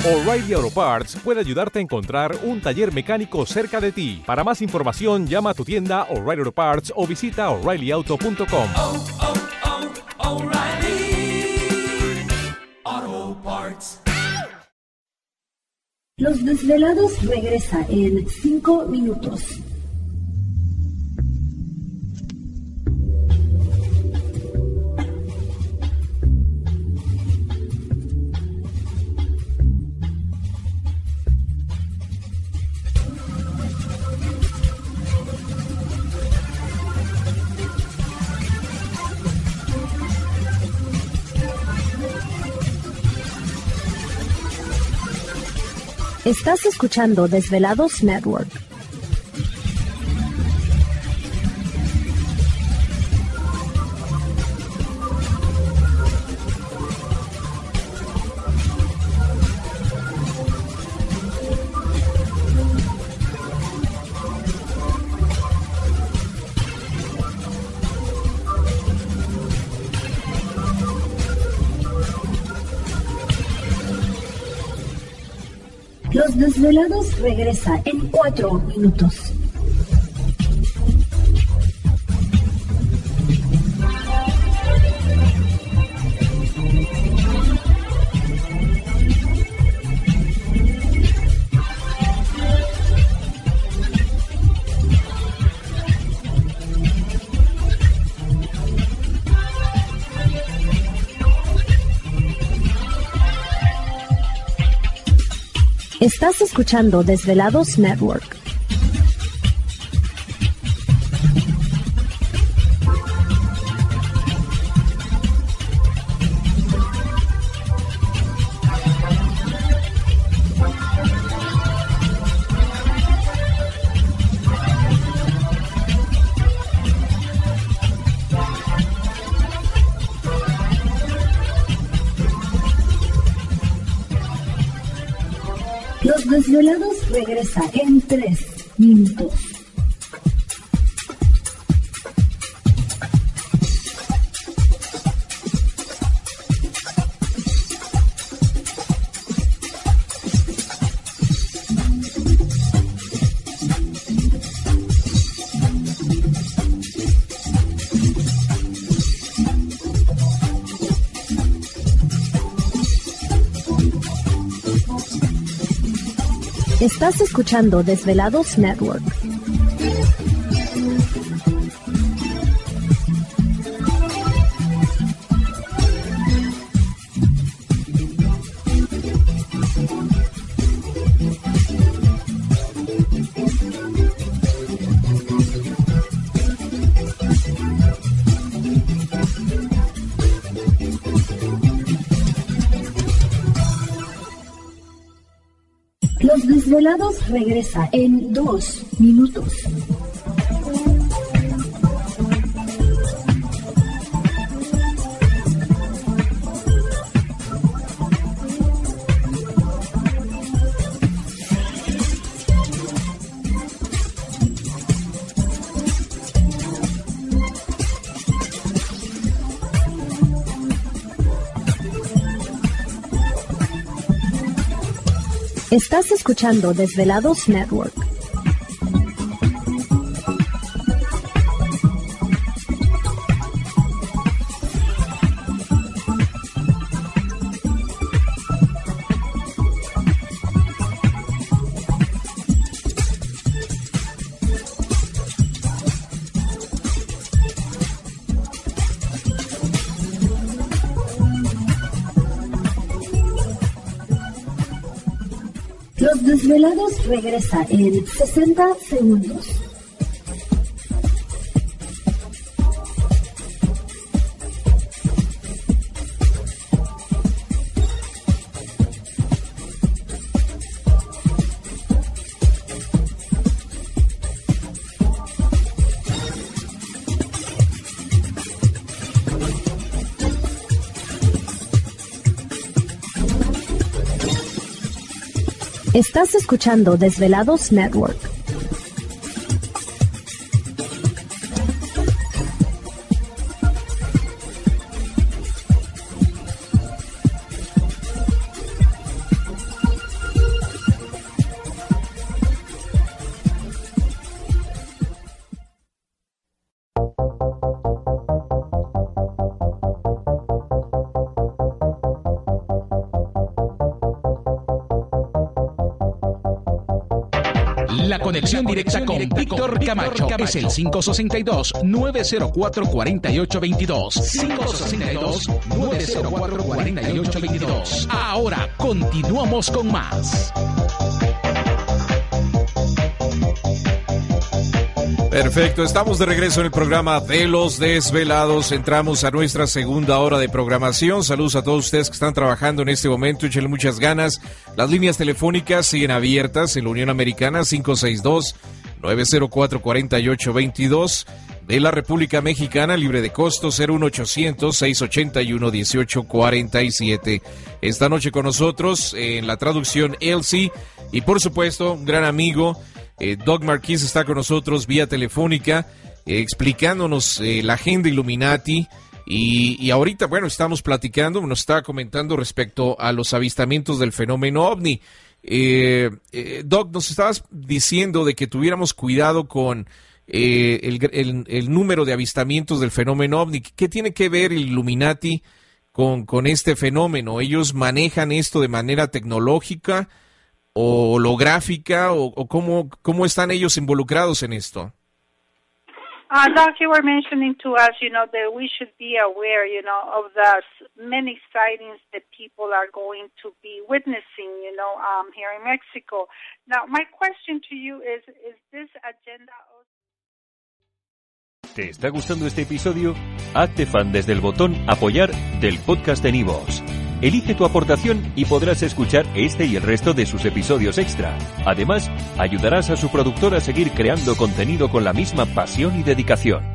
O'Reilly Auto Parts puede ayudarte a encontrar un taller mecánico cerca de ti. Para más información, llama a tu tienda O'Reilly Auto Parts o visita O'ReillyAuto.com. O'Reilly Auto Parts. Los Desvelados regresa en 5 minutos. Estás escuchando Desvelados Network. Los Desvelados regresa en 4 minutos. Estás escuchando Desvelados Network. Los Desvelados regresa en 3 minutos. Estás escuchando Desvelados Network. Los Desvelados regresa en 2 minutos. Estás escuchando Desvelados Network. Los Desvelados regresa en 60 segundos. Estás escuchando Desvelados Network. La conexión directa con Víctor Camacho es el 562-904-4822. 562-904-4822. Ahora continuamos con más. Perfecto, estamos de regreso en el programa de Los Desvelados. Entramos a nuestra segunda hora de programación. Saludos a todos ustedes que están trabajando en este momento. Échenle muchas ganas. Las líneas telefónicas siguen abiertas en la Unión Americana, 562-904-4822. De la República Mexicana, libre de costo, 01800-681-1847. Esta noche con nosotros en la traducción Elsie y por supuesto un gran amigo, Doug Marquis está con nosotros vía telefónica, explicándonos la agenda Illuminati y ahorita, bueno, estamos platicando, nos estaba comentando respecto a los avistamientos del fenómeno OVNI. Doug, nos estabas diciendo de que tuviéramos cuidado con el número de avistamientos del fenómeno OVNI. ¿Qué tiene que ver el Illuminati con este fenómeno? ¿Ellos manejan esto de manera tecnológica o holográfica o cómo están ellos involucrados en esto? Doc, you were mentioning to us, that we should be aware, of the many sightings that people are going to be witnessing, here in Mexico. Now, my question to you is this agenda... ¿Te está gustando este episodio? Hazte fan desde el botón Apoyar del podcast de Nivos. Elige tu aportación y podrás escuchar este y el resto de sus episodios extra. Además, ayudarás a su productor a seguir creando contenido con la misma pasión y dedicación.